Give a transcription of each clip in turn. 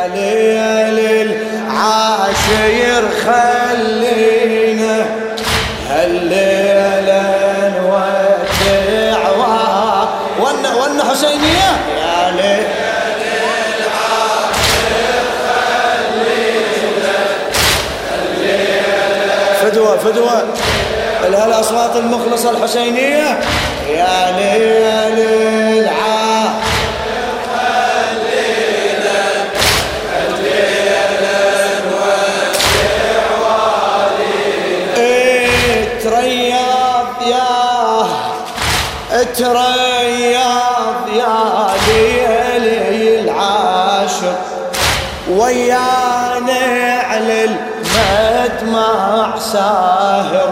ليل العاشر خلينا هالليلة نودع ون حسينية يا ليل فدوة الأصوات المخلصة الحسينية يا ليل العاشر خلينا الليلة نودع والينا ترياض يا ليل العاشر ويانا على المدمع ساهر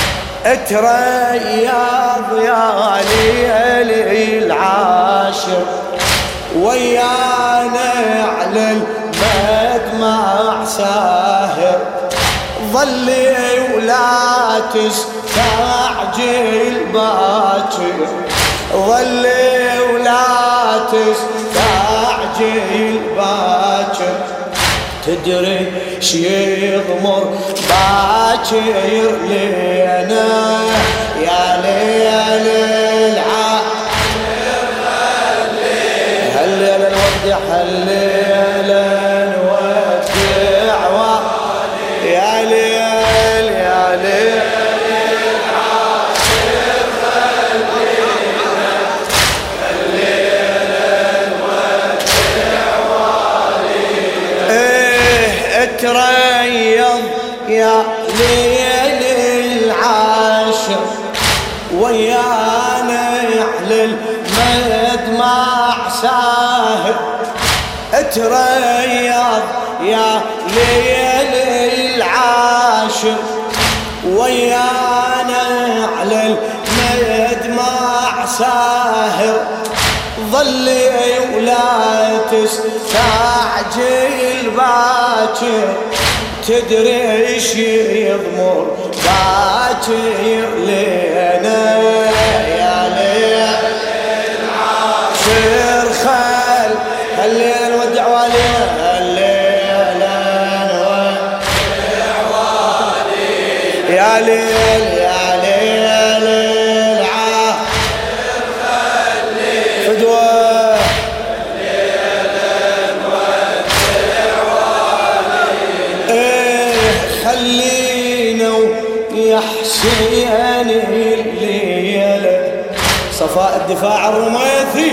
ترياض يا ليل العاشر ويانا على المدمع ساهر ظلي ولا تستعجل باكر ظلي ولا تستعجل باكر تدري شيضمر باكر لينا يا ليل العاشر هالليلة نودع هالليلة نودع يا ليل العاشر خلينا هالليلة نودع والينا تريض يا ليل العاشر ويانا على المدمع ساهر تريض يا ليل العاشر ويانا على المدمع ساهر ظلي ولا تستعجل باكر تدري يضمر باكر لنا يا ليل العاشر هالليلة نودع والينا هالليلة نودع والينا يا ليل العاشر خلينا فدوة خلينا ويا حسين الليلة صفاء الدفاع الرميثي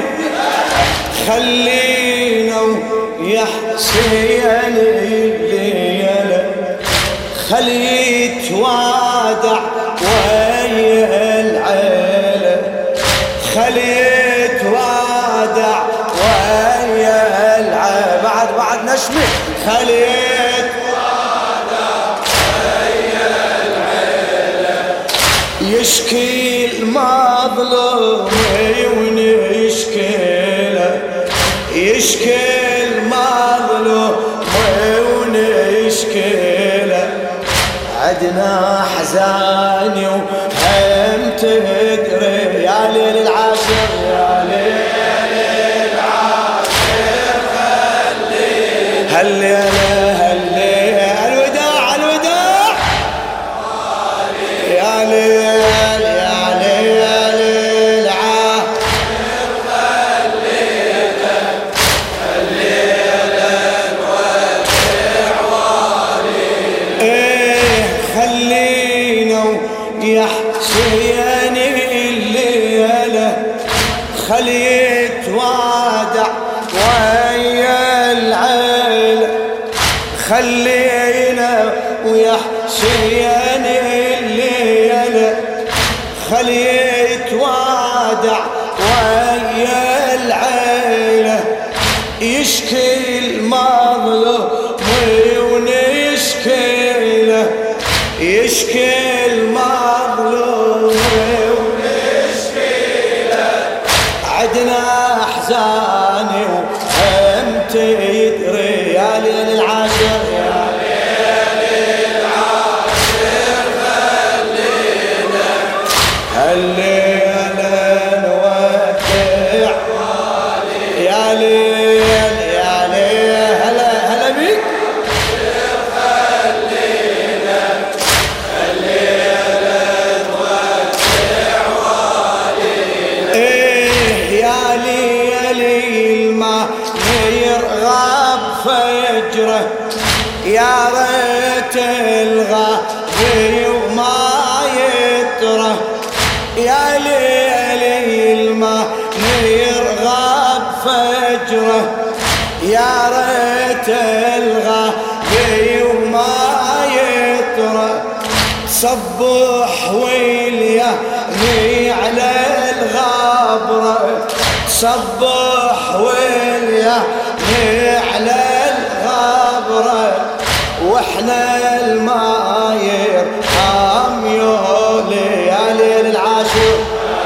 خلينا ويا حسين الليلة خليت وادع ويا العيلة خليت وادع ويا العيلة بعد نشمي خليت يشكي المظلوم ونشكيله يشكي المظلوم ونشكيله عدنا حزاني وهم تدري يا ليل العاشر يا ليل العاشر خلينا هالليلة الوداع يا ليل يا حسين الليلة خليت وادع ويا العيلة خلينا ويا حسين الليلة خليت وادع ويا العيلة يشكي المظلوم ونشكيله يشكي المظلوم ونشكيله عدنا احزاني وهم تدري يا ليل العاشر يا ليل العاشر خلينا هالليلة نودع يا ليل هلا ما يرغب فجره يا ريت الغابي وما يطره يا ليل ما يرغب فجره يا ريت الغابي وما يطره صبح ويلياني على الغابره صبح ويلياني على الغابره واحنا الما يرحم يولي يا ليل العاشر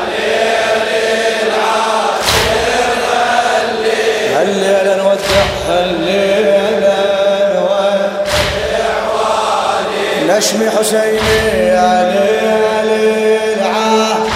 هالليلة نودع هالليلة نودع والي نشمي حسيني يا ليل العاشر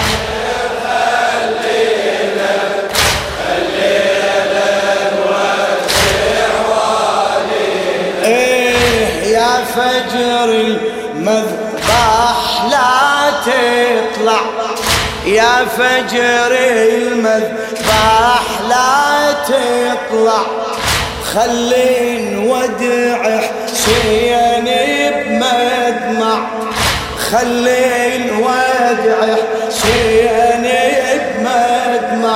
فجر المذبح لا تطلع يا فجر المذبح لا تطلع خلي نودع حسين بمدمع خلي نودع حسين بمدمع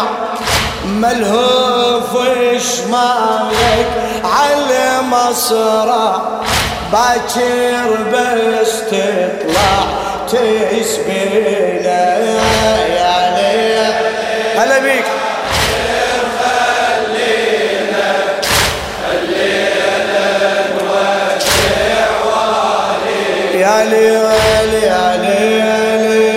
ملهوف شمالك على مصرع باكر بس تطلع تسبينا يا ليل هلا بيك يا ليل يا ليل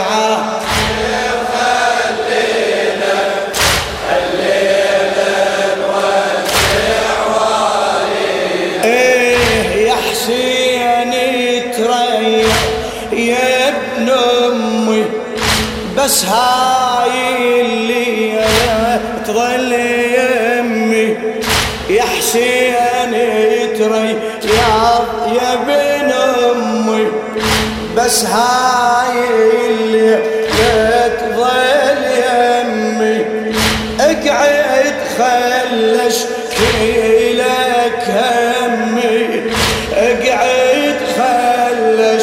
يا ابن امي بس هاي اللي تظل يمي يا حسين ترياض يا ابن امي بس هاي اللي تظل يمي اقعد خلش كيلك همي اقعد خلش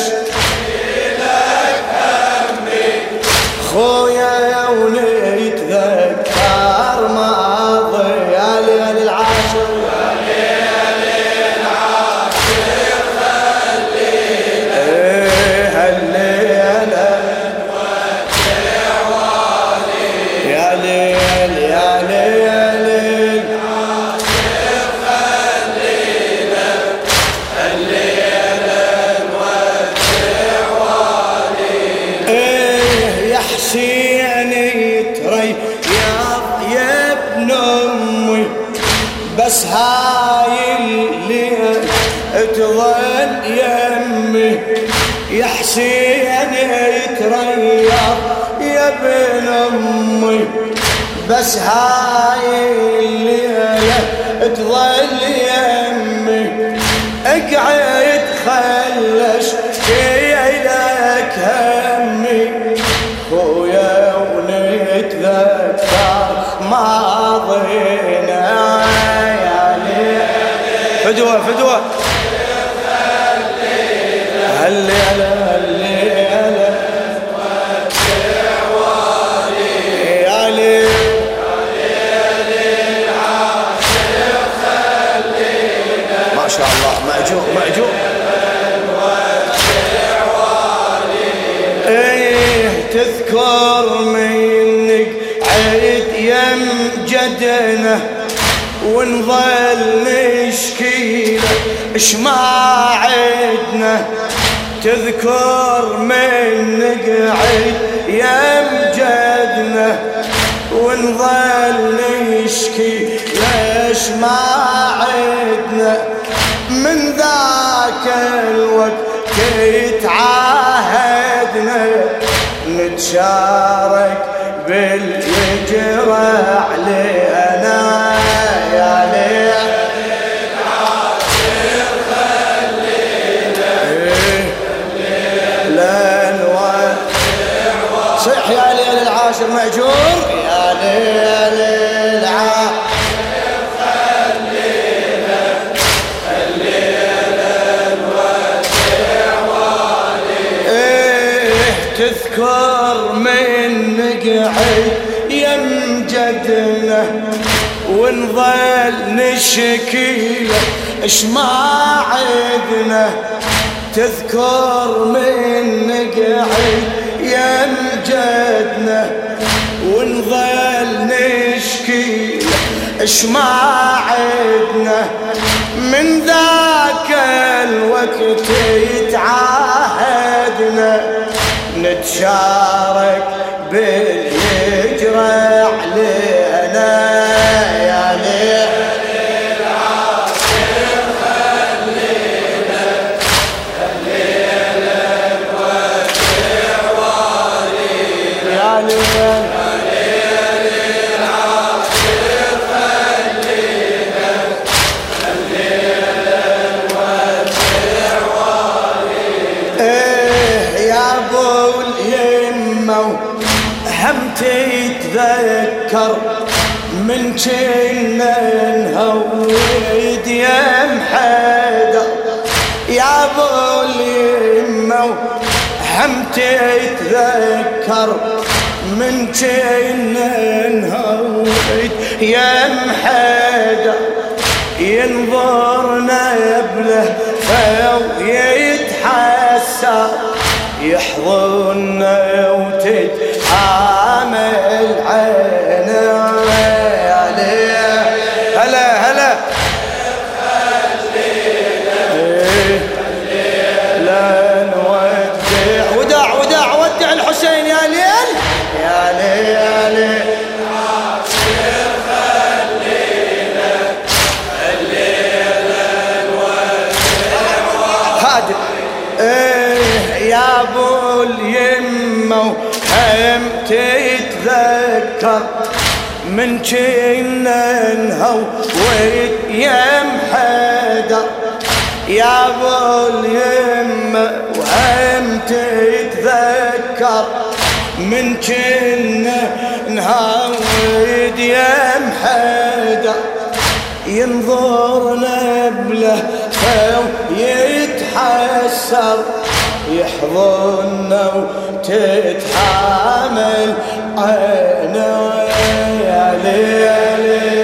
خويا ونتذكر ماضي يا ليل العاشر يا ليل العاشر خلينا هالليلة نودع والي يا ليل يا ليل العاشر خلينا هالليلة نودع والي يا حسيني ترياض يا ابن امي بس هاي اللي تظل يمي يا حسيني ترياض يا ابن امي بس هاي اللي تظل يمي اقعد خلش كيلك همي خويا ونتذكر ماضينا يا ليل فدوة فدوة هالليلة هالليلة نودع والي يا ليل العاشر خلينا ما شاء الله مأجور مأجور تذكر منك عيد يم جدنا ونظل نشكيله اش ما عدنا تذكر منك عيد يم جدنا ونظل نشكي ليش ما عدنا من ذاك الوقت تعاهدنا نتشارك باليجرى علينا يا ليل العاشر خلينا لا نودع صح يا ليل العاشر مأجور يا ليل العاشر ونظل نشكي له اش ما عدنا. تذكر من نقعد يم جدنا ونظل نشكي له اش ما عدنا. من ذاك الوقت يتعاهدنا نتشارك بالهجرة علينا. يا ليل عاشر خلينا الليلة نودع والينا. يا ليل عاشر خلينا الليلة نودع والينا. يا ابو اليمه هم تتذكر من جنا نهود يم حيدر. يا ابو اليمه هم تتذكر من جنا نهود يم حيدر. ينظرنا بلهفه ويتحسر يحضننا وتتحامل عينه. يا ليل هلا هلا لا نودع ودع ودع ودع الحسين. يا ليل يا ليل يا ليل عاشر خلينا الليلة نودع هادئ. يا ابو اليمه هم تتذكر من جنا نهود يم حيدر. يا ابو اليمه وهم تتذكر من جنا نهود يم حيدر. ينظرنا بلهفه ويتحسر يحضننا وتتحامل عينه. يا ليل